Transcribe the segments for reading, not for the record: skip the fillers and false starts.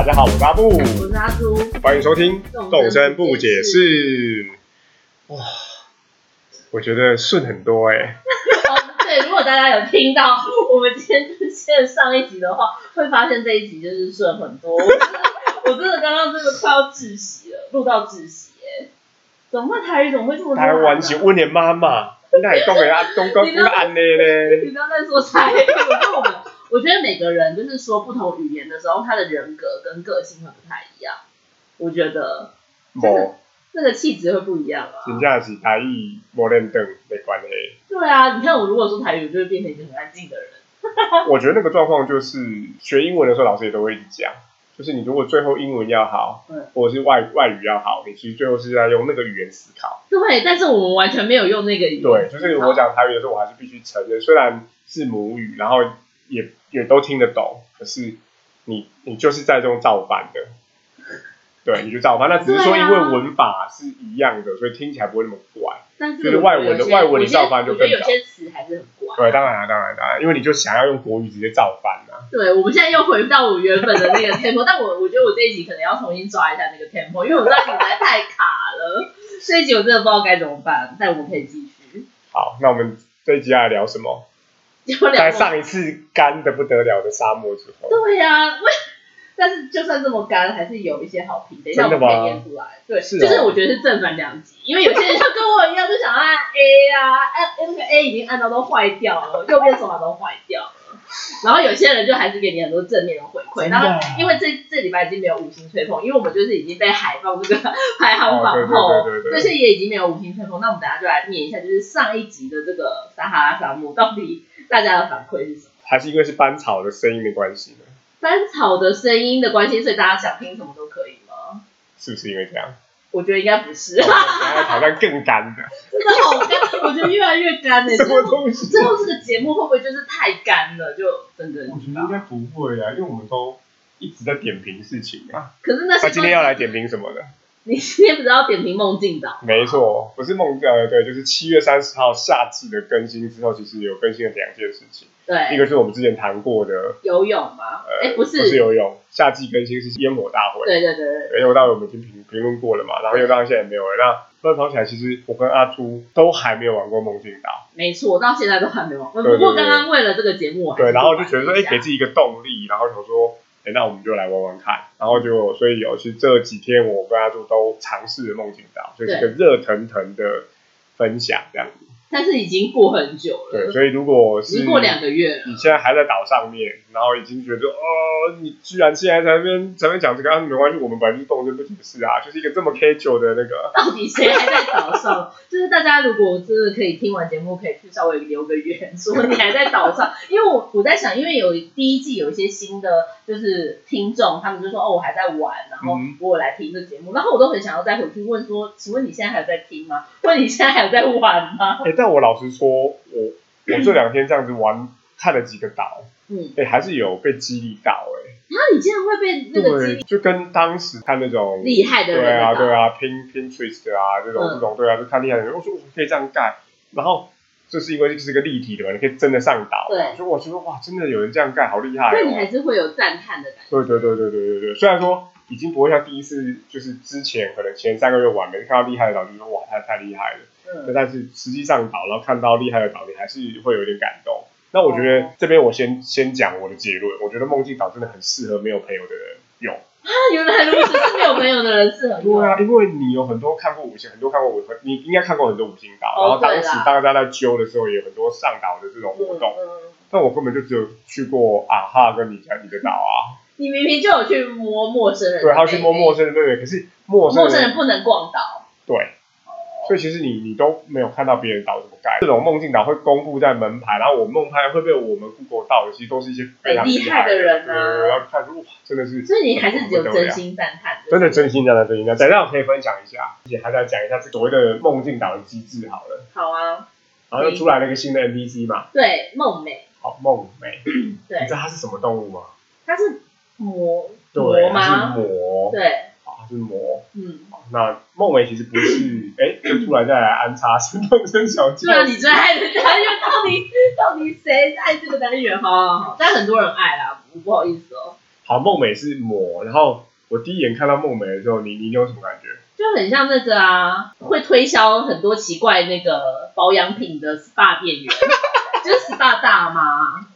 大家好，我是阿布， 我是阿朱， 欢迎收听动声不解释。哇，我觉得顺很多对，如果大家有听到我们今天更新的上一集的话，会发现这一集就是顺很多。我真的刚刚真的快要窒息了，录到窒息怎么会台语怎么会这么台湾是问你妈妈，你哪讲给他东哥不安的呢？ 你不要再说台语，我觉得每个人就是说不同语言的时候，他的人格跟个性会不太一样。我觉得，那个气质会不一样啊。 真正是台语没认懂没关系。 对啊，你看我如果说台语，我就会变成一个很安静的人。 我觉得那个状况就是学英文的时候，老师也都会一直讲，就是你如果最后英文要好，或者是外语要好，你其实最后是在用那个语言思考。 对，但是我们完全没有用那个语言。 对，就是我讲台语的时候，我还是必须承认，虽然是母语，然后也都听得懂，可是你就是在这种照翻的，对，你就照翻。那只是说因为文法是一样的，所以听起来不会那么怪。 但是就是外文你照翻就更有些词还是很怪。 对，当然，因为你就想要用国语直接照翻啊。 对，我们现在又回到我原本的那个 tempo， 但我觉得我这一集可能要重新抓一下那个 tempo， 因为我知道你实在太卡了。这一集我真的不知道该怎么办，但我们可以继续。 好，那我们这一集要来聊什么？在上一次干的不得了的沙漠之后。 对呀，但是就算这么干，还是有一些好评。等一下我们可以念出来。对，就是我觉得是正反两极，因为有些人就跟我一样，就想按 A 啊，那个 A 已经按到都坏掉了，右边手法都坏掉了。然后有些人就还是给你很多正面的回馈。然后因为这礼拜已经没有五星吹捧，因为我们就是已经被海放这个排行榜后，这些也已经没有五星吹捧。那我们等一下就来念一下，就是上一集的这个撒哈拉沙漠到底大家的反馈是什么？ 还是因为是班草的声音的关系呢？ 班草的声音的关系，所以大家想听什么都可以吗？ 是不是因为这样？ 我觉得应该不是。 好像更干的。 真的好干，我觉得越来越干什么东西？ 最后这个节目会不会就是太干了，就真的？ 我觉得应该不会啊，因为我们都一直在点评事情啊。 可是那今天要来点评什么的？ 你今天不是要点评梦境岛？ 没错，不是梦对，就是7月30号夏季的更新之后，其实有更新了2件事情。 对， 一个是我们之前谈过的游泳吗？不是游泳，夏季更新是烟火大会。 对， 烟火大会我们已经评论过了嘛，然后又到现在也没有了。那不然跑起来，其实我跟阿朱都还没有玩过梦境岛。 没错，我到现在都还没有玩。不过刚刚为了这个节目， 对，然后就觉得说，给自己一个动力，然后想说，那我们就来玩玩看。然后所以其实这几天我跟阿朱都尝试了梦境岛，所以是个热腾腾的分享这样子。 但是已经过很久了。 对，所以如果是已经过2个月了， 你现在还在岛上面，然后已经觉得你居然现在在那边讲这个，没关系，我们本来就是动身不解释啊，就是一个这么 casual 的那个。 到底谁还在岛上？就是大家如果真的可以听完节目，可以去稍微留个言，说你还在岛上。因为我在想，因为第一季有一些新的就是听众，他们就说我还在玩，然后我有来听这节目，然后我都很想要再回去问说，请问你现在还有在听吗？问你现在还有在玩吗？ 但我老实说，我这2天这样子玩，看了几个岛，还是有被激励到你竟然会被那个激励？ 就跟当时看那种厉害的人， 对啊，Pinterest 啊这种对啊，就看厉害的人，我说我可以这样盖，然后就是因为就是个立体的嘛，你可以真的上岛，对，所以我觉得哇，真的有人这样盖，好厉害。 对，你还是会有赞叹的感觉。 对，虽然说已经不会像第一次，就是之前可能前3个月玩，每次看到厉害的岛就说哇，太厉害了。但是实际上岛，然后看到厉害的岛，你还是会有点感动。那我觉得这边我先讲我的结论，我觉得梦境岛真的很适合没有朋友的人用。 原来如此，是没有朋友的人适合用。 对啊，因为你有很多看过5星，你应该看过很多5星岛，然后当时大家在揪的时候，也有很多上岛的这种活动。但我根本就只有去过啊哈跟你的岛啊。 你明明就有去摸陌生人， 对，还有去摸陌生人，对，可是陌生人不能逛岛。 对。所以其实你都没有看到别人岛怎么盖，这种梦境岛会公布在门牌，然后我梦牌会被我们 Google 到的，其实都是一些非常厉害的人啊， 然后看哇，真的是， 所以你还是只有真心赞叹， 真的真心赞叹。等一下我可以分享一下，而且还在讲一下所谓的梦境岛的机制好了。 好啊， 然后又出来了一个新的 NPC 嘛， 对，梦美。 好，梦美， 对， 你知道它是什么动物吗？ 它是魔吗？ 它是魔， 对。 它是魔，那梦美其实不是，就突然再来安插生动生小教， 对啊，你最爱的单元到底谁爱这个单元？好，但很多人爱啦，不好意思哦。 好，梦美是魔，然后我第一眼看到梦美的时候，你有什么感觉？ 就很像那个啊，会推销很多奇怪那个保养品的 SPA 店员，就是 SPA 大妈。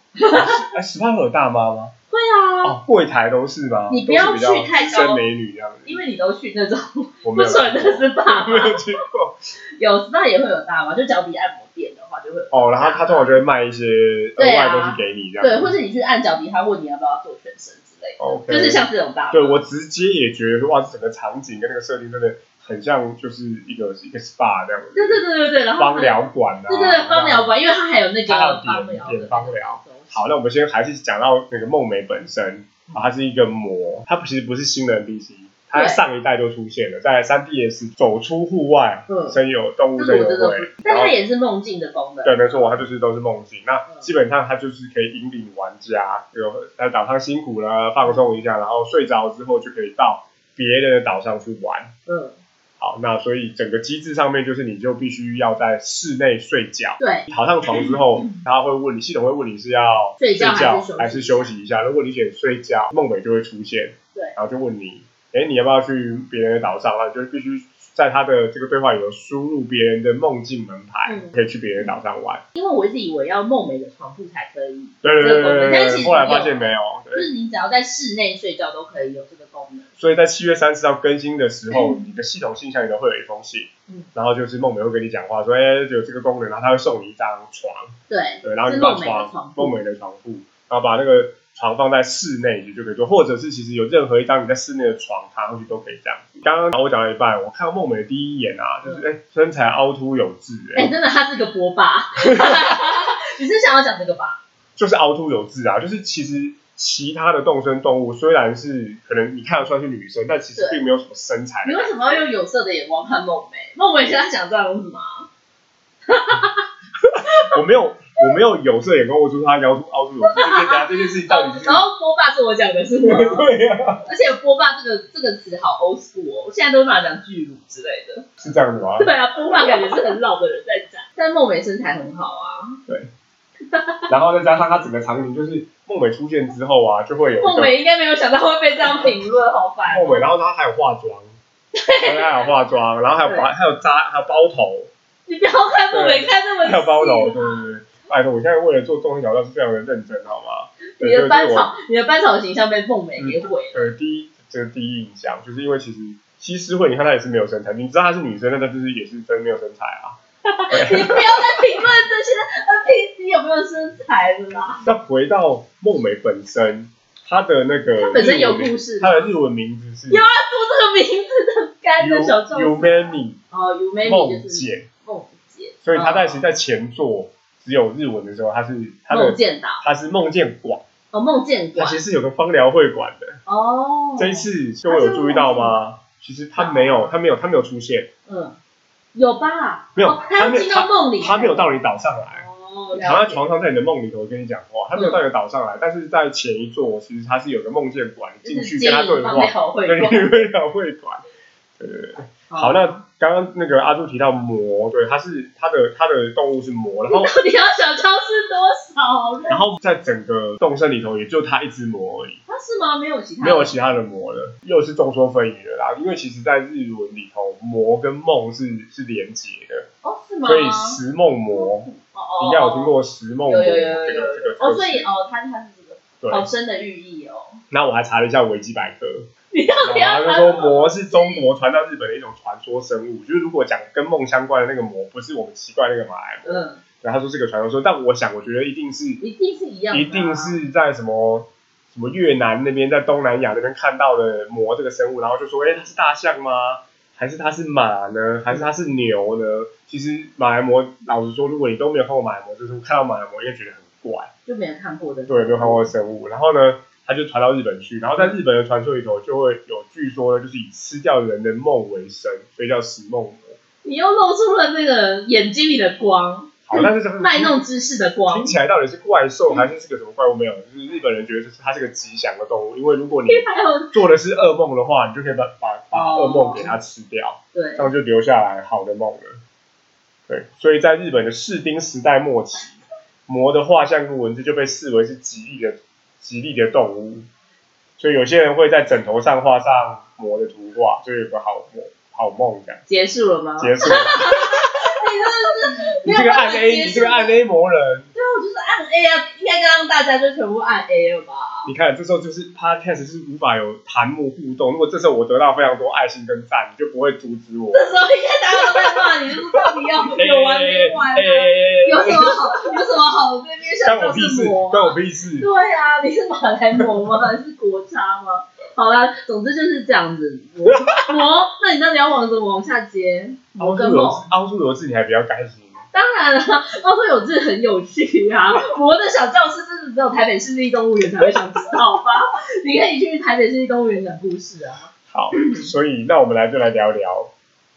SPA 会有大妈吗？ 会啊。 哦，柜台都是吗？ 你不要去太高， 资深美女这样子。 因为你都去那种不纯的 SPA， 没有去过。 有 SPA 也会有大妈，就脚底按摩店的话就会有。 哦，然后他通常就会卖一些额外东西给你这样。 对，或者你去按脚底，他问你要不要做全身之类的。Okay. 就是像这种大妈。 对，我直接也觉得说，哇，整个场景跟那个设定真的很像，就是一个 SPA 这样子。 对，然后芳疗馆啊。 对，芳疗馆，因为它还有那个点芳疗。好，那我们先还是讲到那个梦美本身啊，它是一个魔，它其实不是新的 NPC， 它上一代就出现了，在 3DS 走出户外，动物声友会， 但它也是梦境的功能。 对，没错，它就是都是梦境。那基本上它就是可以引领玩家，在岛上辛苦了，放松一下，然后睡着之后就可以到别人的岛上去玩。好，那所以整个机制上面就是你就必须要在室内睡觉。 对， 躺上床之后，他会问你，系统会问你是要睡觉还是休息一下。如果你选睡觉，梦美就会出现。 对， 然后就问你，你要不要去别人的岛上？那就必须在他的这个对话里头输入别人的梦境门牌，可以去别人的岛上玩。 因为我一直以为要梦美的床铺才可以， 对， 但其实后来发现没有， 就是你只要在室内睡觉都可以有这个功能。 所以在7月30号更新的时候，你的系统信箱里头会有一封信，然后就是梦美会跟你讲话说，有这个功能，然后他会送你一张床，对，然后你把梦美的床铺，然后把那个床放在室内就可以做，或者是其实有任何一张你在室内的床躺上去都可以这样。刚刚我讲了一半，我看到梦美的第一眼啊，就是身材凹凸有致， 真的他是个波霸，你是想要讲这个吧？ 就是凹凸有致啊，就是其实其他的动身动物虽然是可能你看得出来是女生，但其实并没有什么身材。 你为什么要用有色的眼光看梦美？梦美现在讲这样为什么？ 我没有有色眼光，我说他凹凸有致，这件事情到底是。 然后波霸是我讲的是吗？ 对呀。 而且波霸这个词好 old school 哦，现在都拿讲巨乳之类的。 是这样子吗？ 对啊，波霸感觉是很老的人在讲，但梦美身材很好啊。 对。然后再加上他整个场景就是梦美出现之后啊，就会有梦美应该没有想到会被这样评论，好烦。 梦美，然后他还有化妆，对，还有化妆，然后还有包头。 你不要看梦美看那么细。 还有包头，对。拜托，我现在为了做动身角色是非常的认真，好吗？ 你的班草的形象被梦美给毁了。 这个第一印象，就是因为其实西施惠，你看她也是没有身材，你知道她是女生，那她就是也是真没有身材啊。 你不要再评论这些 NPC 有没有身材了啦。 那回到梦美本身，她的那个她本身有故事， 她的日文名字是。 有啊，说这个名字的干的小众。 Yumemi。 Yumemi 梦见。所以她在前作只有日文的时候，她是梦见岛， 她是梦见馆。 梦见馆。 她其实有个芳疗会馆的。这一次各位有注意到吗？其实她没有出现。 有吧？ 没有， 他进到梦里， 他没有到你岛上来。躺在床上，在你的梦里头跟你讲话，他没有到你的岛上来。但是在前一座，其实他是有个梦见馆，进去跟他对话。芳疗会馆。对。好，那刚刚那个阿朱提到魔，对，他的动物是魔，然后到底要小超是多少？ 然后在整个动森里头，也就他一只魔而已。 是吗？没有其他的魔了，又是众说纷纭的啦。因为其实，在日文里头，魔跟梦是连结的。 是吗？ 所以食梦魔，应该有听过食梦魔这个。 所以它是这个好深的寓意哦。 那我还查了一下维基百科。 你到底要？ 他就说魔是中国传到日本的一种传说生物，就是如果讲跟梦相关的那个魔，不是我们习惯那个马来魔。对，他说是个传说，但我觉得一定是一样的， 一定是在什么越南那边，在东南亚那边看到的魔这个生物，然后就说，它是大象吗？还是它是马呢？还是它是牛呢？其实马来貘，老实说，如果你都没有看过马来貘，就是看到马来貘应该觉得很怪， 就没有看过的， 对，没有看过的生物。然后呢，它就传到日本去，然后在日本的传说里头，就会有据说呢，就是以吃掉人的梦为生，所以叫食梦魔。 你又露出了那个眼睛里的光。 好，但是卖弄知识的光， 听起来到底是怪兽还是个什么怪物？没有，就是日本人觉得它是个吉祥的动物，因为如果你做的是噩梦的话，你就可以把噩梦给它吃掉， 对， 这样就留下来好的梦了。对，所以在日本的室町时代末期，魔的画像跟文字就被视为是吉利的动物。 所以有些人会在枕头上画上魔的图画，就有个好梦这样。 结束了吗？ 结束了。你这个暗 A， 你这个暗 A 魔人。 对，我就是暗 A 啊！应该刚刚大家就全部暗 A 了吧？ 你看，这时候就是 Podcast 是无法有弹幕互动。如果这时候我得到非常多爱心跟赞，你就不会阻止我。 这时候应该大家都在骂你，就是到底要有完没完啊？有什么好对面想到是魔？ 关我屁事！ 对啊，你是马来貘吗？还是国差吗？好啦，总之就是这样子。魔，那你到底要往什么往下接？魔跟梦。 凹凸有致，你还比较开心。 当然了，凹凸有致很有趣啊！魔的小教室真的只有台北市立动物园才会想知道吧？你可以去台北市立动物园讲故事啊。 好，所以那我们就来聊聊。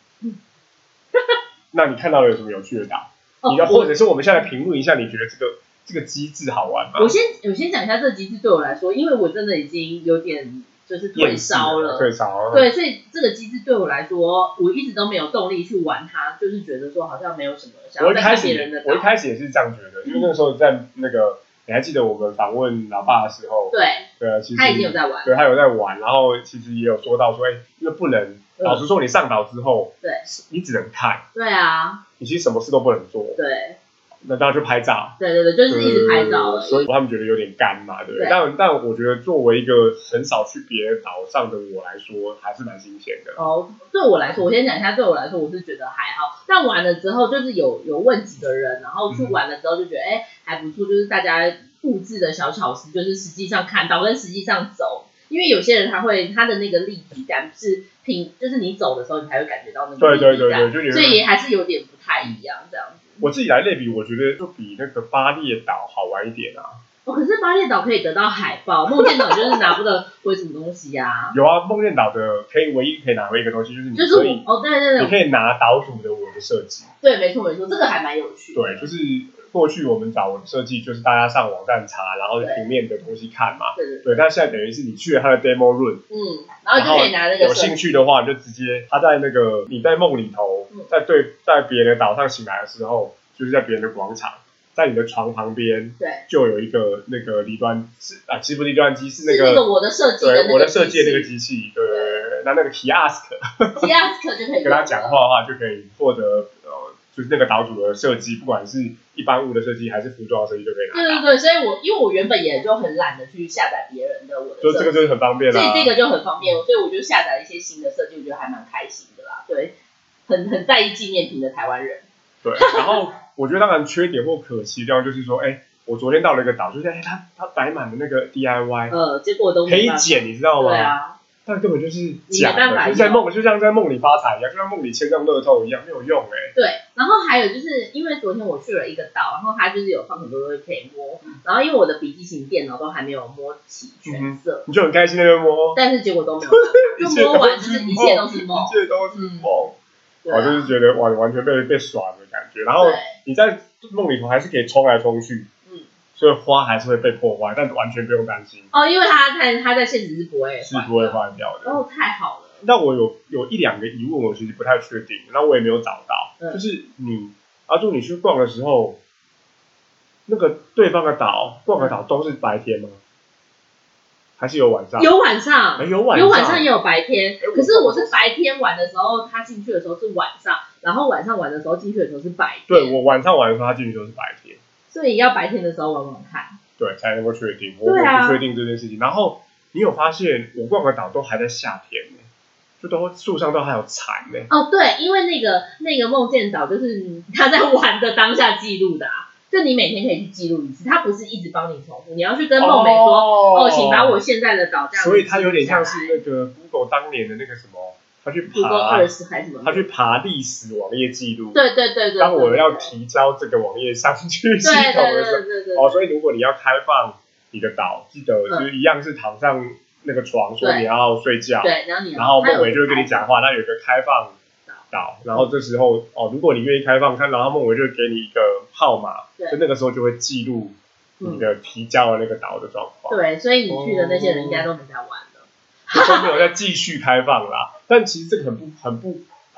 那你看到了有什么有趣的岛？或者是我们现在评论一下，你觉得这个机制好玩吗？ 我先讲一下这个机制对我来说，因为我真的已经有点就是退烧了。对，所以这个机制对我来说，我一直都没有动力去玩它，就是觉得说好像没有什么想要再看别人的岛。 我一开始也是这样觉得，因为那个时候在那个，你还记得我们访问老爸的时候，对，其实他已经有在玩， 对，他有在玩，然后其实也有说到说，因为不能，老实说，你上岛之后， 对， 你只能看， 对啊， 你其实什么事都不能做， 对。 那当然就拍照， 对，就是一直拍照而已。 所以他们觉得有点干嘛，对不对？但我觉得作为一个很少去别的岛上的我来说，还是蛮新鲜的。 对我来说，我先讲一下，对我来说，我是觉得还好。但玩了之后，就是有问几个人，然后去玩了之后就觉得，还不错，就是大家布置的小巧思，就是实际上看到跟实际上走。因为有些人他的那个立体感是就是你走的时候你才会感觉到那个立体感，所以也还是有点不太一样这样子。 我自己来类比，我觉得就比那个巴列岛好玩一点啊。 可是巴列岛可以得到海报，梦见岛就是拿不得回什么东西啊。 有啊，梦见岛的唯一可以拿回一个东西，就是你可以对，你可以拿岛主的我的设计。 对，没错，这个还蛮有趣的。 对，就是过去我们找我的设计，就是大家上网站查，然后平面的东西看嘛。对，但现在等于是你去了他的 demo room， 然后就可以拿那个。 有兴趣的话，你就直接他在那个你在梦里头，在别人的岛上醒来的时候，就是在别人的广场。在你的床旁边， 对， 就有一个那个离端其实不是离端机，是那个我的设计的那个机器， 对，我的设计的那个机器，对，那个 kiosk 就可以跟他讲话的话，就可以获得就是那个岛主的设计，不管是一般物的设计还是服装的设计都可以拿。 对，所以因为我原本也就很懒得去下载别人的我的设计， 就这个就是很方便啦。 所以这个就很方便，所以我就下载了一些新的设计，我觉得还蛮开心的啦。对，很在意纪念品的台湾人。 对，然后我觉得当然缺点或可惜的地方就是说，我昨天到了一个岛，就是它摆满了那个 DIY， 结果都可以捡，你知道吗？ 对啊。 但根本就是假的，就像在梦里发财一样，就像梦里签上乐透一样，没有用对，然后还有就是因为昨天我去了一个岛，然后它就是有放很多东西可以摸，然后因为我的笔记型电脑都还没有摸齐全色， 你就很开心那边摸， 但是结果都没有，就摸完就是一切都是梦， 一切都是梦。我就是觉得完全被耍的感觉，然后你在梦里头还是可以冲来冲去，所以花还是会被破坏，但完全不用担心。 因为它在现实是不会坏掉的。 太好了。 但我有一两个疑问，我其实不太确定，那我也没有找到。就是阿朱，你去逛的时候，那个对方的岛逛的岛都是白天吗？还是有晚上？ 有晚上， 有晚上也有白天。可是我是白天玩的时候，他进去的时候是晚上，然后晚上玩的时候进去的时候是白天。 对，我晚上玩的时候，他进去的时候是白天。 所以要白天的时候玩玩看， 对，才能够确定。我不确定这件事情。然后你有发现，我逛的岛都还在夏天呢，就都树上都还有蝉呢。 对，因为那个梦见岛就是他在玩的当下记录的啊。就你每天可以去记录一次，它不是一直帮你重复，你要去跟梦美说，请把我现在的岛这样子。 所以它有点像是那个 Google 当年的那个什么，他去爬历史网页记录。 对。 当我要提交这个网页上去系统的时候，所以如果你要开放你的岛，记得就是一样是躺上那个床，说你要睡觉， 对， 然后梦伟就会跟你讲话，那有一个开放岛，然后这时候如果你愿意开放，然后梦伟就会给你一个号码，就那个时候就会记录你的提交的那个岛的状况。 对，所以你去的那些人应该都没在玩了， 都没有再继续开放啦。但其实这个很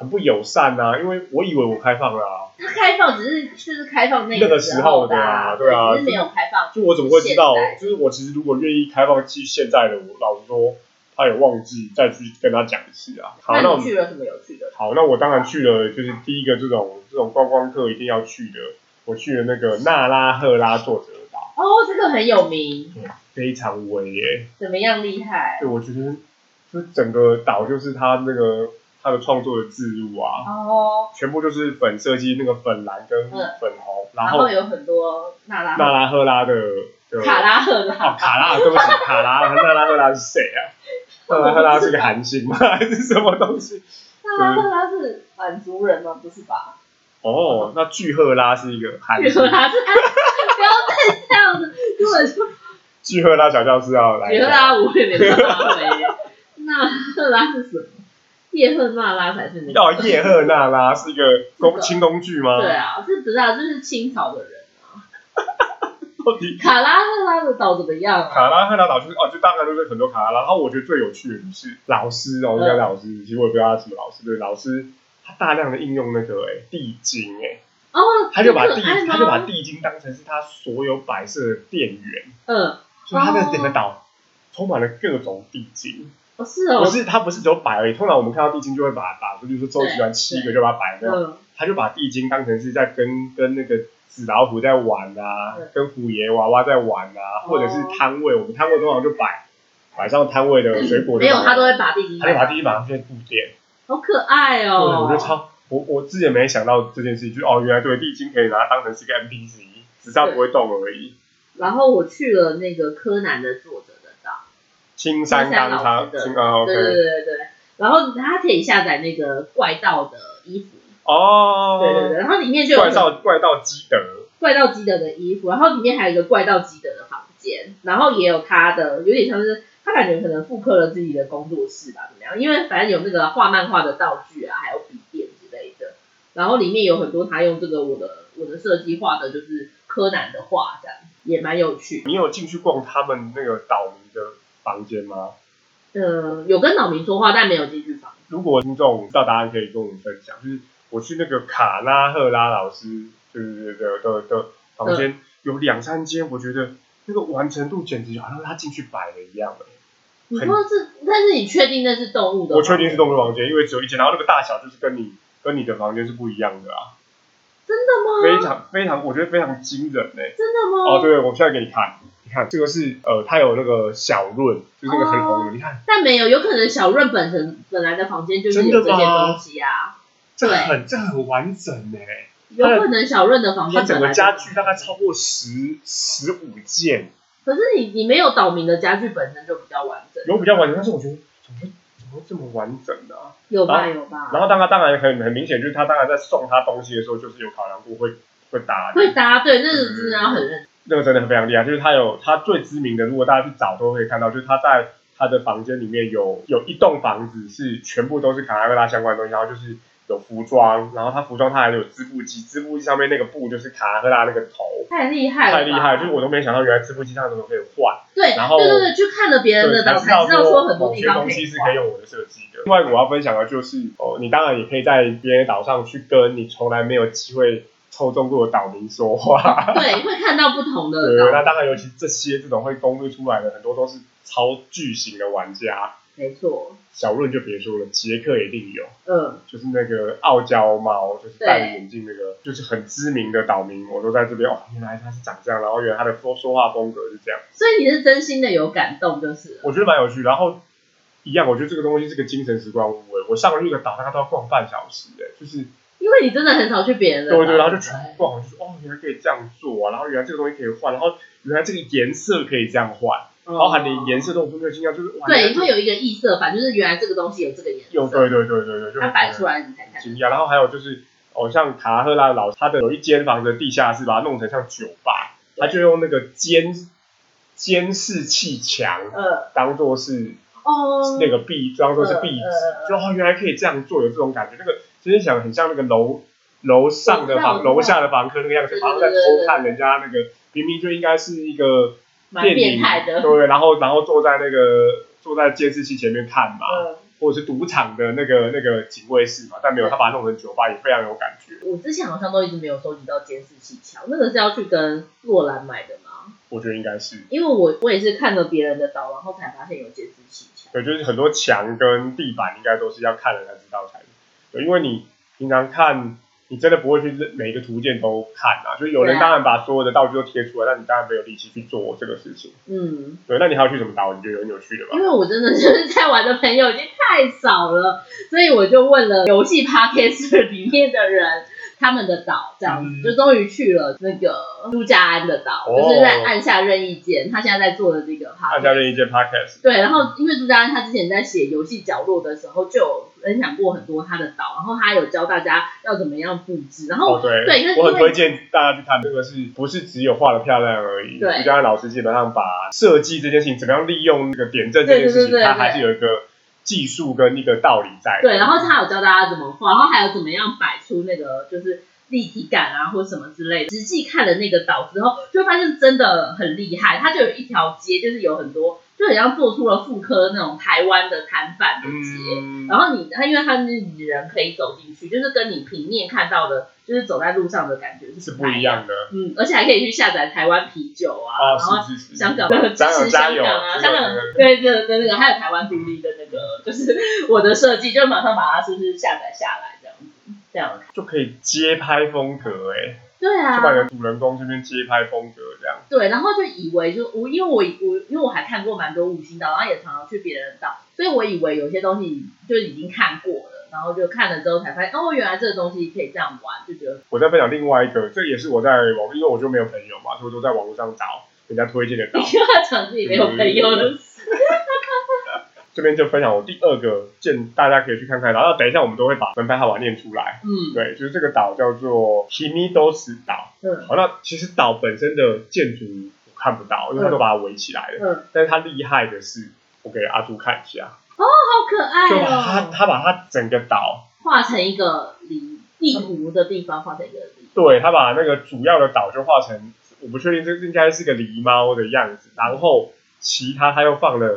很不友善啊，因为我以为我开放了啊。 它开放就是开放那个时候的啊， 对啊， 只是没有开放。 就我怎么会知道？就是我其实如果愿意开放去现在的，我老实说，他有忘记再去跟他讲一次啊。好， 那你去了什么有趣的？ 好，那我当然去了，就是第一个这种观光客一定要去的，我去了那个纳拉赫拉作者岛。 哦，这个很有名， 非常威耶。 怎么样厉害？ 对，我觉得就是整个岛就是他的创作的置入啊，全部就是粉设计，那个粉蓝跟粉红，然后有很多纳拉赫拉的卡拉赫拉， 对不起，纳拉赫拉是谁啊？纳拉赫拉是个韩星吗？还是什么东西？ 纳拉赫拉是满族人吗？不是吧？ 哦，那巨赫拉是一个韩星。 巨赫拉是不要再这样子，根本就巨赫拉小教室要来。 巨赫拉我也没办法回。纳赫拉是什么？叶赫那拉才是那个。 叶赫那拉是一个清宫剧吗？ 对啊，是不知道，就是清朝的人啊。卡拉赫拉的岛怎么样啊？ 卡拉赫拉岛就是就大概都是很多卡拉。然后我觉得最有趣的就是老师应该老师，其实我也不知道他什么老师，对，老师他大量的应用那个地精他就把地精当成是他所有摆设的电源，所以他的整个岛充满了各种地精。他不是只有摆而已。通常我们看到地精就会把比如说周集团7个就把它摆那，他就把地精当成是在跟那个纸老虎在玩啊，跟虎爷娃娃在玩啊，或者是摊位，我们摊位通常就摆上摊位的水果， 没有他都会把地精， 他就把地精马上变布店， 好可爱哦。 对，我觉得我之前没想到这件事情，就原来对地精可以拿它当成是一个 NPC， 只是它不会动而已。 然后我去了那个柯南的作者的岛， 青山刚昌， 对。然后它可以下载那个怪盗的衣服。对，然后里面就有怪盗基德的衣服，然后里面还有一个怪盗基德的房间，然后也有他的，有点像是他感觉可能复刻了自己的工作室吧，怎么样？因为反正有那个画漫画的道具啊，还有笔电之类的，然后里面有很多他用这个我的设计画的，就是柯南的画，这样也蛮有趣。 你有进去逛他们那个岛民的房间吗？ 有跟岛民说话，但没有进去房。 如果听众知道答案，可以跟我们分享。就是我去那个卡拉赫拉老师就是的房间，有2-3间，我觉得那个完成度简直好像他进去摆了一样。 你说是，但是你确定那是动物的？ 我确定是动物房间，因为只有一间，然后那个大小就是跟你的房间是不一样的啊。 真的吗？非常，我觉得非常惊人真的吗？ 对，我现在给你看。你看这个是它有那个小润，就是那个很红的，你看。 但没有可能小润本来的房间就是有这些东西啊。 这很完整有可能小润的房间， 它整个家具大概超过15件。 可是你没有岛民的家具本身就比较完整。 有比较完整，但是我觉得怎么会这么完整的啊？ 有吧。 然后当然很明显，就是他当然在送他东西的时候，就是有考量过会搭。 对，那个真的要很认真。 那个真的非常厉害，就是他最知名的，如果大家去找都可以看到，就是他在他的房间里面有一栋房子是全部都是卡拉赫拉相关的东西，然后就是有服装，然后他服装他还有织布机，织布机上面那个布就是卡拉赫拉那个头， 太厉害了，就是我都没想到原来织布机上怎么可以换。 对， 然后对，去看了别人的岛才知道说很多地方东西是可以用我的设计的。另外我要分享的就是你当然也可以在别人岛上去跟你从来没有机会抽中过的岛民说话， 对，会看到不同的岛。 对，那当然，尤其这种会攻略出来的，很多都是超巨型的玩家。 没错。 小润就别说了，杰克一定有。就是那个傲娇猫，就是戴着眼镜那个，就是很知名的岛民，我都在这边原来他是长这样，然后原来他的说话风格是这样。 所以你是真心的有感动，就是了。 我觉得蛮有趣，然后一样，我觉得这个东西是个精神时光屋我上了一个岛，大概都要逛半小时就是。因为你真的很少去别人的岛， 对，然后就全部逛，就是原来可以这样做然后原来这个东西可以换，然后原来这个颜色可以这样换，包含连颜色都不会惊讶，就是对，会有一个异色版，就是原来这个东西有这个颜色， 对， 它摆出来你才看惊讶。然后还有就是像卡拉赫拉的老师，他的有一间房的地下室把它弄成像酒吧，他就用那个监视器墙当做是那个当做是壁纸，就原来可以这样做，有这种感觉。那个其实想很像那个楼下的房客那个样子，好像在偷看人家那个明明就应该是一个电影，对，然后坐在监视器前面看嘛， 或者是赌场的那个警卫室嘛，但没有，他把它弄成酒吧，也非常有感觉。 我之前好像都一直没有收集到监视器墙，那个是要去跟洛兰买的吗？ 我觉得应该是， 因为我也是看了别人的岛，然后才发现有监视器墙。 对，就是很多墙跟地板应该都是要看了才知道才对，因为你平常看，你真的不会去每一个图鉴都看啊。就有人当然把所有的道具都贴出来，但你当然没有力气去做这个事情。对，那你还要去什么岛？你觉得很有趣的吗？ 因为我真的就是在玩的朋友已经太少了，所以我就问了游戏 Podcast 里面的人。他们的岛这样子，就终于去了那个朱家安的岛，就是在按下任意键，他现在在做的这个 podcast， 按下任意键 podcast。 对，然后因为朱家安他之前在写游戏角落的时候，就有分享过很多他的岛，然后他有教大家要怎么样布置，然后对， 我很推荐大家去看，这个是不是只有画的漂亮而已？朱家安老师基本上把设计这件事情，怎么样利用那个点阵这件事情，他还是有一个技术跟一个道理在。 对，然后他有教大家怎么画，然后还有怎么样摆出那个就是立体感啊，或什么之类的。实际看了那个岛之后，就会发现真的很厉害。它就有一条街，就是有很多，就很像做出了复刻那种台湾的摊贩的街。然后它因为它是人可以走进去，就是跟你平面看到的，就是走在路上的感觉是不一样的。 而且还可以去下载台湾啤酒啊，然后香港的支持香港啊，香港对那个还有台湾独立的那个，就是我的设计，就马上把它就是下载下来这样子。这样就可以街拍风格对啊， 就把你的主人公这边街拍风格这样。 对，然后就以为就因为我还看过蛮多五星岛，然后也常常去别人的岛，所以我以为有些东西就已经看过了，然后就看了之后才发现，原来这个东西可以这样玩，就觉得。 我再分享另外一个，这也是我在因为我就没有朋友嘛，所以我都在网络上找人家推荐的岛。 因为他讲自己没有朋友的事。 这边就分享我第二个大家可以去看看，然后等一下我们都会把门牌号码念出来。对，就是这个岛叫做 Himidos 岛。好，那其实岛本身的建筑我看不到，因为它都把它围起来了。但是它厉害的是，我给阿朱看一下。 好可爱就他把它整个岛画成一个地图的地方，画成一个对，他把那个主要的岛就画成，我不确定这应该是个狸猫的样子，然后其他他又放了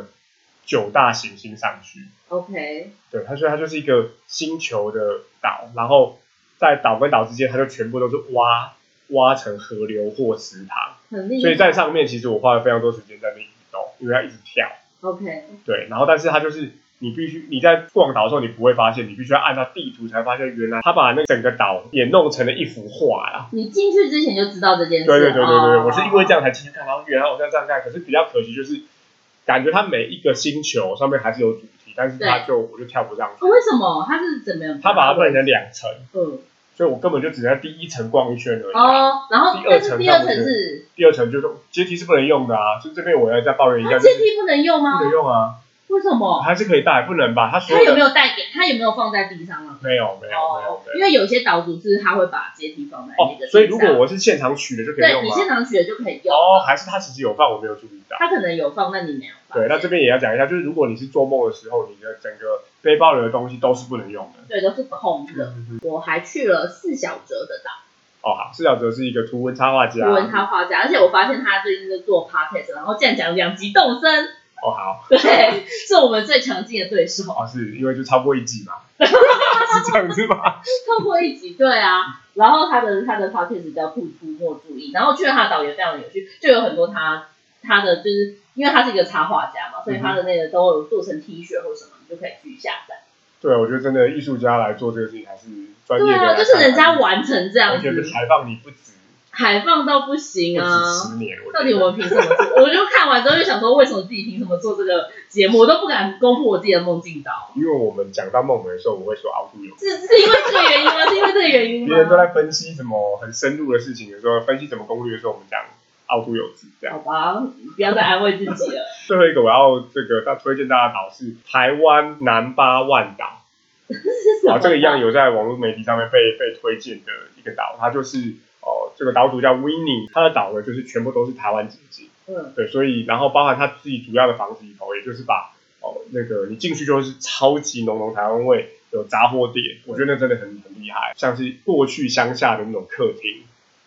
9大行星上去。 OK。 对，所以它就是一个星球的岛，然后在岛跟岛之间，它就全部都是挖成河流或池塘， 很厉害。 所以在上面其实我花了非常多时间在那里移动，因为它一直跳。 OK。 对，然后但是它就是你在逛岛的时候，你不会发现，你必须要按照地图才发现，原来他把那整个岛也弄成了一幅画啦。 你进去之前就知道这件事。 对，我是因为这样才进去看，然后原来我这样看，可是比较可惜就是。感觉它每一个星球上面还是有主题，但是我就跳不上去。 为什么？它是怎么样？ 它把它分成2层，所以我根本就只在第1层逛一圈而已。 然后第二层是第2层就是阶梯是不能用的啊，就这边我要再抱怨一下。 阶梯不能用吗？ 不能用啊。 为什么？ 还是可以带，不能吧？他有没有带给他？有没有放在地上啊？ 没有。 因为有些岛主是他会把阶梯放在那个。 所以如果我是现场取的就可以用吗？ 对，你现场取的就可以用。 还是他其实有放，我没有注意到。 他可能有放，但你没有放。 对，那这边也要讲一下，就是如果你是做梦的时候，你的整个背包里的东西都是不能用的。 对，都是空的。我还去了4小折的岛。 好，4小折是一个图文插画家。 而且我发现他最近在做 podcast， 然后竟然讲2集动森。 好。 对，是我们最强劲的对手。 是因为就超过1集嘛？是这样子吗？ 超过1集，对啊。然后他的 podcast 叫不出没注意，然后去了他的岛也非常有趣，就有很多他的就是因为他是一个插画家嘛，所以他的那个都有做成 T 恤或什么，你就可以去下载。 对，我觉得真的艺术家来做这个事情还是专业的。 对啊，就是人家完成这样子， 而且海放你不止。 海放到不行啊！ 不止10年， 到底我们凭什么做？我就看完之后就想说，为什么自己凭什么做这个节目？我都不敢公布我自己的梦境岛。 因为我们讲到梦的时候，我会说凹凸有致。 是因为这个原因吗？是因为这个原因吗？ 别人都在分析什么很深入的事情的时候，分析什么攻略的时候，我们讲凹凸有致这样。 好吧，不要再安慰自己了。 最后一个我要推荐大家的岛是台湾南巴万岛。这个一样有在网络媒体上面被推荐的一个岛，它就是这个岛主叫 Winnie， 他的岛呢就是全部都是台湾景景。对，所以然后包含他自己主要的房子里头，也就是把那个你进去就是超级浓台湾味，有杂货店，我觉得那真的很厉害，像是过去乡下的那种客厅。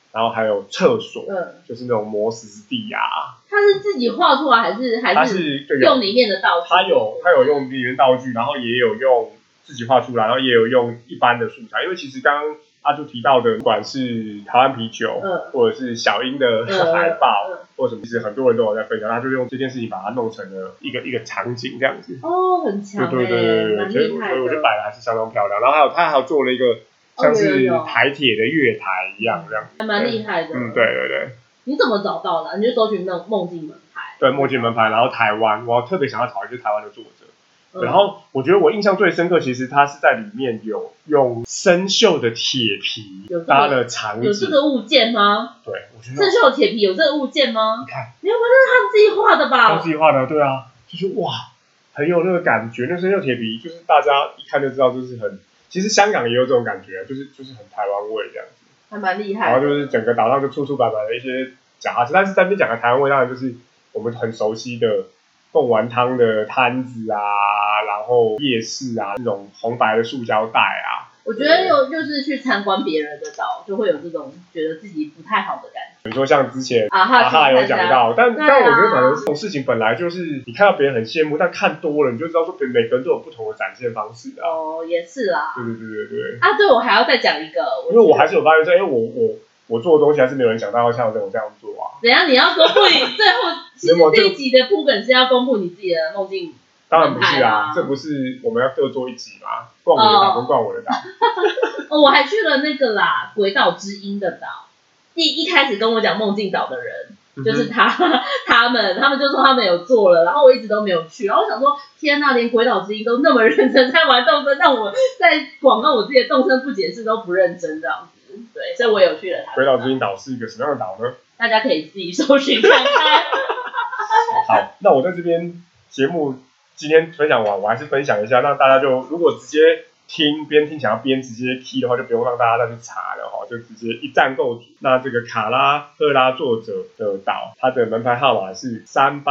然后还有厕所，就是那种摩斯地啊。 他是自己画出来还是用里面的道具？ 他有用里面道具，然后也有用自己画出来，然后也有用一般的素材。因为其实刚刚阿朱提到的，不管是台湾啤酒，或者是小英的海报，或者什么，其实很多人都有在分享。他就用这件事情把它弄成了一个场景这样子。 哦，很强，对， 所以我觉得摆的还是相当漂亮。然后他还有做了一个像是台铁的月台一样这样子， 还蛮厉害的。 对。你怎么找到的？你就搜寻那种梦境门牌。 对，梦境门牌，然后台湾，我特别想要找一个台湾的作者。然后我觉得我印象最深刻，其实他是在里面有用生锈的铁皮搭了场景。 有这个物件吗？ 对，我觉得生锈的铁皮有这个物件吗？ 你看， 你有没有？那是他自己画的吧？ 他自己画的，对啊，就是哇，很有那个感觉。那生锈铁皮就是大家一看就知道，就是很，其实香港也有这种感觉，就是很台湾味这样子。 还蛮厉害。 然后就是整个岛上就粗粗白白的一些脚踏车，但是在那边讲的台湾味，当然就是我们很熟悉的贡丸汤的摊子啊，然后夜市啊，那种红白的塑胶袋啊。 我觉得就是去参观别人的岛，就会有这种觉得自己不太好的感觉。 你说像之前阿哈有讲到，但我觉得反正这种事情本来就是你看到别人很羡慕，但看多了你就知道说每个人都有不同的展现方式啊。 哦，也是啦。 对。 啊，对，我还要再讲一个， 因为我还是有发现说，我做的东西还是没有人想到要像我这样做啊。 怎样？你要公布你最后，其实这一集的铺梗是要公布你自己的梦境。 当然不是啊，这不是我们要各做一集吗？逛你的岛跟逛我的岛。 我还去了那个啦，鬼岛之音的岛。一开始跟我讲梦境岛的人，就是他们就说他们有做了，然后我一直都没有去。然后我想说，天哪，连鬼岛之音都那么认真在玩动森，但我在广告我自己的动森不解释都不认真这样子。对，所以我有去了它。 鬼岛之音岛是一个什么样的岛呢？ 大家可以自己搜寻看看。 好，那我在这边节目今天分享完，我还是分享一下，让大家就如果直接边听想要边直接 key 的话，就不用让大家再去查了哈，就直接一站购组。那这个卡拉赫拉作者的岛，它的门牌号码是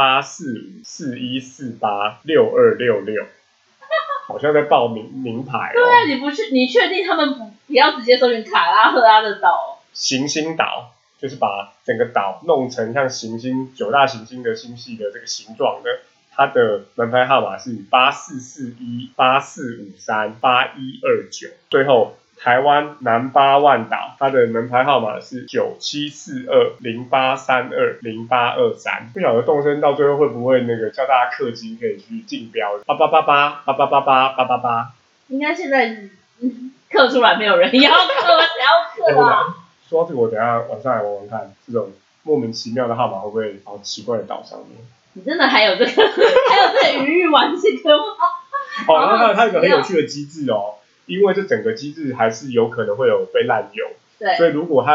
384541486266，好像在报名牌哦。 对啊，你确定他们不要直接搜寻卡拉赫拉的岛？ 行星岛就是把整个岛弄成像行星9大行星的星系的这个形状的。它的门牌号码是844184538129，最后台湾南巴万岛，它的门牌号码是974208320823。不晓得动森到最后会不会那个叫大家氪金可以去竞标88888888888， 应该现在氪出来没有人要氪，谁要氪啊？ 说到这个，我等一下晚上来玩玩看，这种莫名其妙的号码会不会跑奇怪的岛上面？ 你真的还有这个余裕玩这个吗？ 那它有个很有趣的机制哦，因为这整个机制还是有可能会有被滥用。 对。 所以如果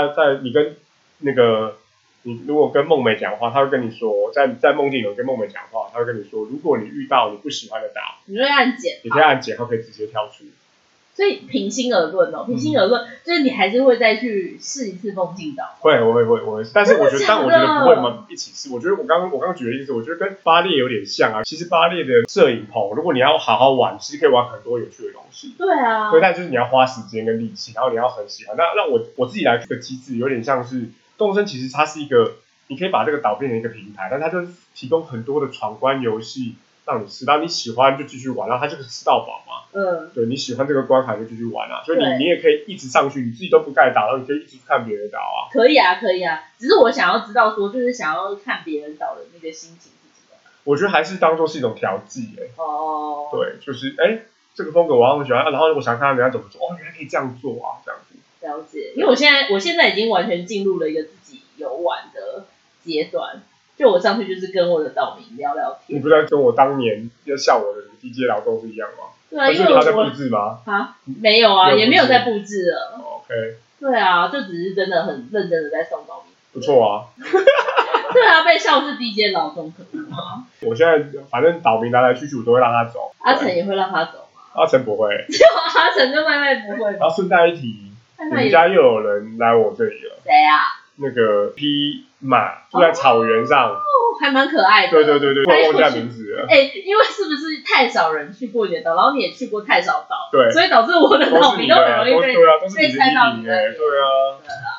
你如果跟梦美讲话，他会跟你说，在梦境有跟梦美讲话，他会跟你说，如果你遇到你不喜欢的岛， 你会按减， 你可以按减，它可以直接跳出。 所以平心而论，就是你还是会再去试一次梦境岛。 会，但是我觉得不会嘛，一起试。我觉得我刚刚举的例子，我觉得跟巴列有点像啊。其实巴列的摄影棚，如果你要好好玩，其实可以玩很多有趣的东西。 对啊。 对，但就是你要花时间跟力气，然后你要很喜欢。那我自己来这个机制，有点像是动森，其实它是一个，你可以把这个岛变成一个平台，但它就提供很多的闯关游戏。让你吃到你喜欢就继续玩，然后它就是吃到饱嘛。对，你喜欢这个关卡就继续玩啊，所以你也可以一直上去，你自己都不盖岛，然后你可以一直去看别人岛啊。 可以啊。只是我想要知道说，就是想要看别人岛的那个心情是什么。 我觉得还是当做是一种调剂哦。 对，就是这个风格我很喜欢，然后我想看人家怎么做，原来可以这样做啊，这样子。 了解，因为我现在已经完全进入了一个自己游玩的阶段。就我上去就是跟我的岛民聊聊天。 你不是跟我当年要笑我的DJ 劳动是一样吗？ 对啊， 因为他在布置吗？ 没有啊，也没有在布置了。 OK。 对啊，就只是真的很认真的在送岛民。 不错啊。 对啊，被笑是 DJ 劳动可以吗？ 我现在反正岛民来来去去，我都会让他走。 阿成也会让他走吗？ 阿成不会。 只有阿成跟麦麦不会。 然后顺带一提，你们家又有人来我这里了。 谁啊？ 那个匹马住在草原上， 还蛮可爱的。 对，我忘记他名字了。 因为是不是太少人去过你的岛，然后你也去过太少岛， 对， 所以导致我的岛民都很容易被猜到你的。对啊。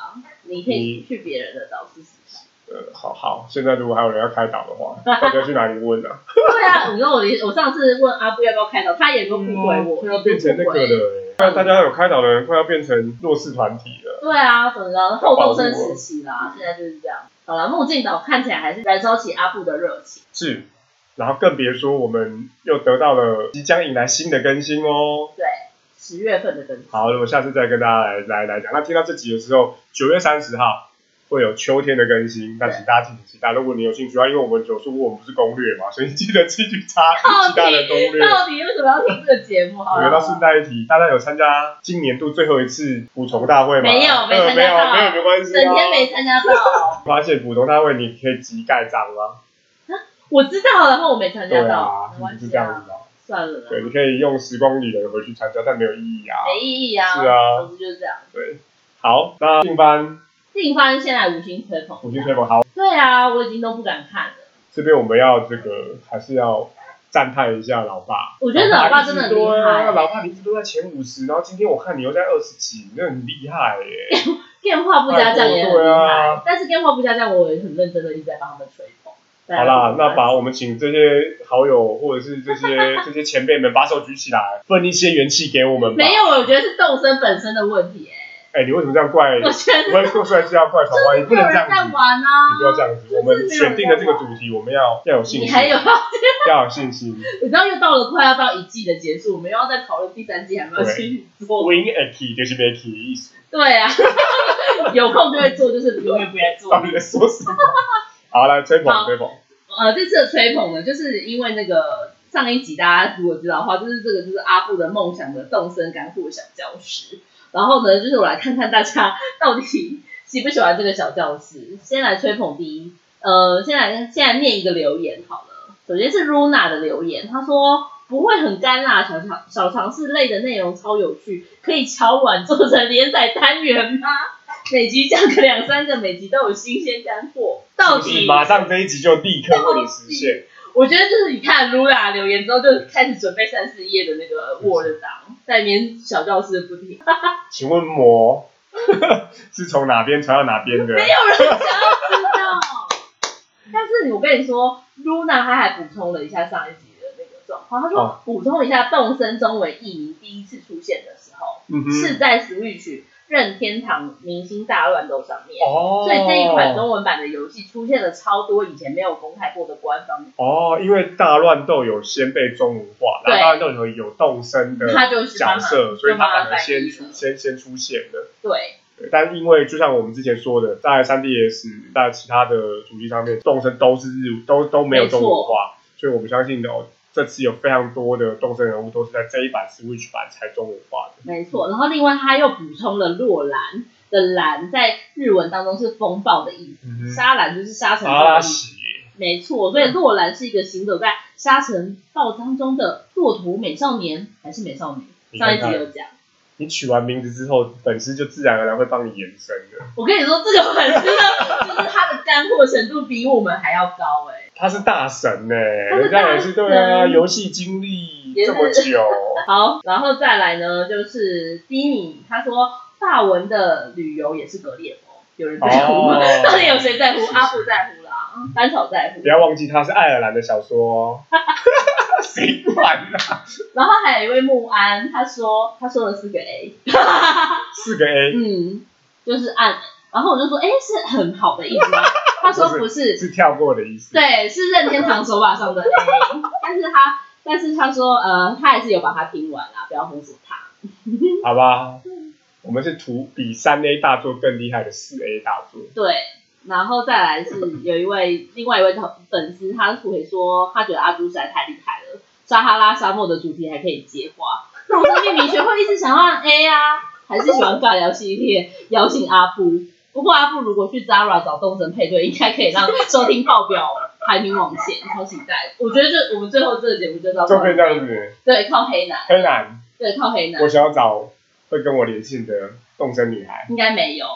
你可以去别人的岛试试看。 好，现在如果还有人要开岛的话，大家去哪里问啊？ 对啊，我上次问阿布要不要开岛，他也都不回我， 快要变成那个了看大家有开岛的人快要变成弱势团体了。 对啊，整个后动身时期啦，现在就是这样。好了，木镜岛看起来还是燃烧起阿布的热情。 是，然后更别说我们又得到了即将迎来新的更新哦。 对，10月份的更新。 好，我下次再跟大家来讲。那听到这集的时候，9月30号。会有秋天的更新，那请大家敬请期待。如果你有兴趣的话，因为我们有说过我们不是攻略嘛，所以记得自己去查其他的攻略。 到底为什么要听这个节目？好， 那顺带一提，大家有参加今年度最后一次捕虫大会吗？ 没有，没参加到， 没关系， 整天没参加到。 发现捕虫大会你可以集盖章吗？ 我知道，然后我没参加到， 没关系，是这样子的。 算了。 对，你可以用时光旅人回去参加，但没有意义啊。 没意义啊。 是啊， 总之就是这样。 对，好，那进班先来5星吹捧。 5星吹捧好。 对啊，我已经都不敢看了。 这边我们要还是要赞叹一下老爸。 我觉得老爸真的很厉害。 老爸你一直都在前50，然后今天我看你又在20几，你真的很厉害耶。 电话不加酱也很厉害，但是电话不加酱我也很认真的一直在帮他们吹捧。 好啦，那把我们请这些好友或者是这些前辈们把手举起来，分一些元气给我们吧。 没有，我觉得是动森本身的问题你为什么这样怪？ 我觉得我说出来是要怪桃花，你不能这样子。 在玩啊！ 你不要这样子。我们选定的这个主题，我们要有信心。 你还有要有信心。 你知道又到了快要到1季的结束，我们又要再讨论第3季还没有去做。 Win a key 就是没 key 的意思。 对啊，有空就会做，就是永远不要做。 到底在说什么？好，来吹捧。 这次的吹捧呢，就是因为那个上一集大家如果知道的话，就是阿布的梦想的动森干货小教室。然后呢，就是我来看看大家到底喜不喜欢这个小教室。先来吹捧第一，先来念一个留言好了。首先是 Runa 的留言，他说不会很干啦，小尝试类的内容超有趣，可以敲碗做成连载单元吗？每集讲个2-3个，每集都有新鲜干货。到底马上这一集就立刻为你实现。 我觉得就是你看 Lula 留言之后，就开始准备3-4页的那个 Word 档，在里面小教室不停。 请问魔是从哪边传到哪边的？ 没有人想要知道。但是我跟你说 ，Luna 他还补充了一下上一集的那个状况，他说补充一下动森中文译名第一次出现的时候，是在 Switch。任天堂明星大乱斗上面，所以这一款中文版的游戏出现了超多以前没有公开过的官方。 因为大乱斗有先被中文化，然后大乱斗有动森的角色，所以它反而先出现的。对，但因为就像我们之前说的，在 3DS 在其他的主机上面，动森都是都没有中文化，所以我们相信的这次有非常多的动森人物都是在这一版 Switch 版才中文化的。 没错，然后另外他又补充了洛兰的兰在日文当中是风暴的意思，沙兰就是沙尘暴的意思。没错，所以洛兰是一个行走在沙尘暴当中的骆驼美少年还是美少女？上一集有讲。 你取完名字之后，粉丝就自然而然会帮你延伸的。 我跟你说，这个粉丝呢，就是他的干货程度比我们还要高他是大神人家也是对啊，游戏经历这么久。 好，然后再来呢，就是迪米，他说法文的旅游也是格列佛，有人在乎吗？到底有谁在乎？阿布在乎啦，班草在乎。 不要忘记他是爱尔兰的小说谁管啊？ 然后还有一位木安，他说了4个 A， 4个 A， 就是按。然后我就说，是很好的意思吗？他说不是， 是跳过的意思。对， 是任天堂手把上的 A， 但是他说，他还是有把它听完啦，不要封锁他。 好吧，我们是图比3A 大作更厉害的4A 大作。 对，然后再来是另外一位粉丝，他回说他觉得阿朱实在太厉害了，撒哈拉沙漠的主题还可以接话。那我说秘密学会一直想要按 A 啊，还是喜欢尬聊系列，邀请阿布。不过阿布如果去 Zara 找动森配对，应该可以让收听爆表排名往前，超期待。我觉得我们最后这个节目就可以这样子。 对，靠黑男。对，靠黑男。 我想要找会跟我联系的动森女孩。 应该没有。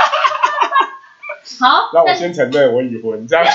好， 让我先承认我已婚，这样。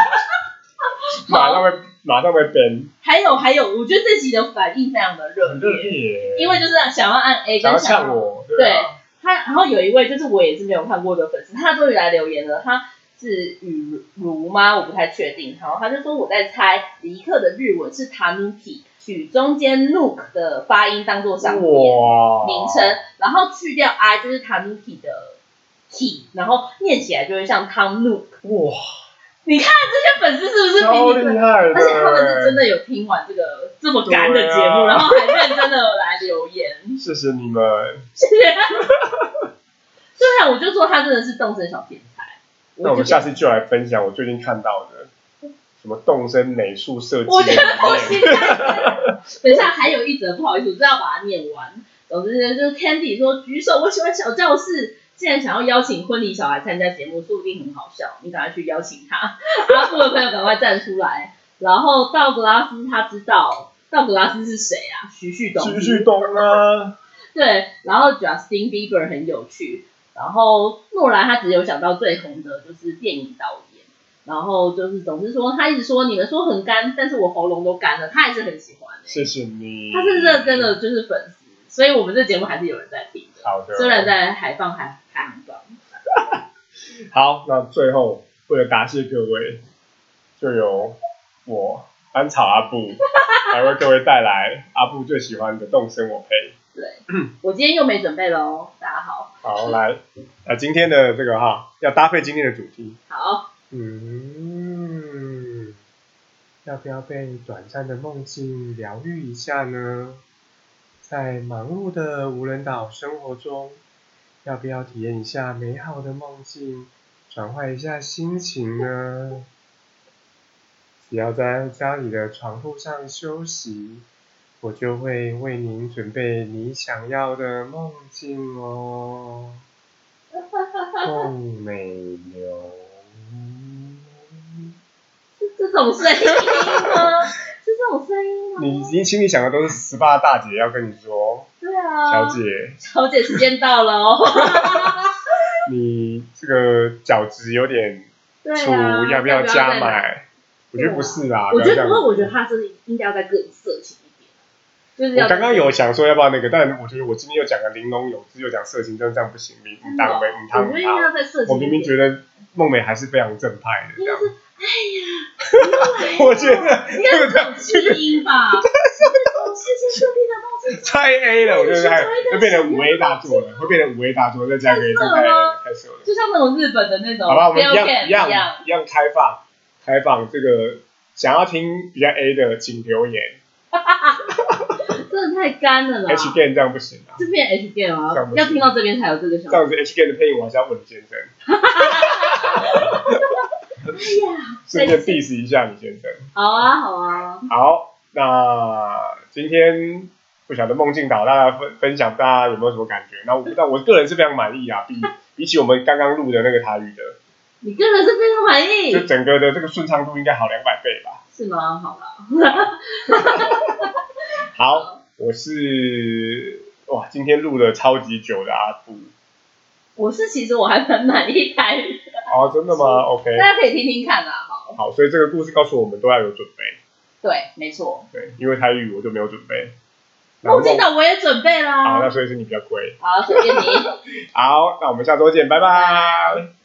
马上会编。还有， 我觉得这集的反应非常的热烈，因为就是想要按 A 跟想要呛我， 对。 然后有一位就是我也是没有看过的粉丝，他终于来留言了，他是雨如吗？我不太确定。然后他就说我在猜尼克的日文是 Tanuki， 取中间 Nook 的发音当做商店名称，然后去掉 I 就是 Tanuki 的 T， 然后念起来就会像 Tom Nook。哇！你看这些粉丝是不是超厉害的？ 而且他们是真的有听完这个这么干的节目，然后还认真的来留言。 谢谢你们， 谢谢。对啊，我就说他真的是动声小天才。 那我们下次就来分享我最近看到的什么动声美术设计。 我觉得不行。等一下，还有一则，不好意思，我真的要把它念完。总之就是 Candy 说举手，我喜欢小教室。既然想要邀请婚礼小孩参加节目，说不定很好笑，你赶快去邀请他。阿布的朋友赶快站出来。然后道格拉斯他知道，道格拉斯是谁啊？徐旭东啊。 对，然后 Justin Bieber 很有趣。然后诺兰他只有想到最红的就是电影导演。然后就是总之说，他一直说你们说很干，但是我喉咙都干了，他还是很喜欢。 谢谢你。 他是认真的就是粉丝，所以我们这节目还是有人在听的。 好的。 虽然在排行榜。 好，那最后为了答谢各位，就由我甘草阿布来为各位带来阿布最喜欢的动声我配。 对，我今天又没准备了哦，大家好。 好，来，今天的这个要搭配今天的主题。 好。 要不要被短暂的梦境疗愈一下呢？在忙碌的无人岛生活中，要不要体验一下美好的梦境，转换一下心情呢？只要在家里的床铺上休息，我就会为您准备你想要的梦境哦。梦美流。 是这种声音吗？是这种声音吗？ 你心里想的都是18大姐要跟你说。 对啊。 小姐时间到了哦。 你这个角质有点粗，要不要加买？我觉得不是啦。 我觉得他真的应该要再更色情一点。就是我刚刚有想说要不要那个，但我觉得我今天又讲个玲珑有致，又讲色情，真的这样不行。我明明觉得梦美还是非常正派的这样。 哎呀， 我觉得应该是这种基因吧。 太 A 了，我觉得会变成5A 大作了，再加个太熟了。 就像那种日本的那种。 好吧，我们一样开放这个想要听比较 A 的，请留言。 真的太干了啦 ！H game 这样不行啊， 这变 H game 啊，要听到这边才有这个想法。 这样子 H game 的配音我还是要问先生。 哎呀， 顺便 diss 一下你先生。 好啊。 好，那今天不晓得梦境岛大家分享，大家有没有什么感觉？那我个人是非常满意啊，比起我们刚刚录的那个台语的， 你个人是非常满意， 就整个的这个顺畅度应该好200倍吧？ 是吗？好啦。 好，我是今天录了超级久的阿布。 其实我还蛮满意台语的。 哦，真的吗 ？OK， 大家可以听听看啦。 好，所以这个故事告诉我们都要有准备。 对，没错。 对，因为台语我就没有准备。 梦境岛我也准备啦。 好，那所以是你比较亏。 好，随便你。 好，那我们下周见，拜拜。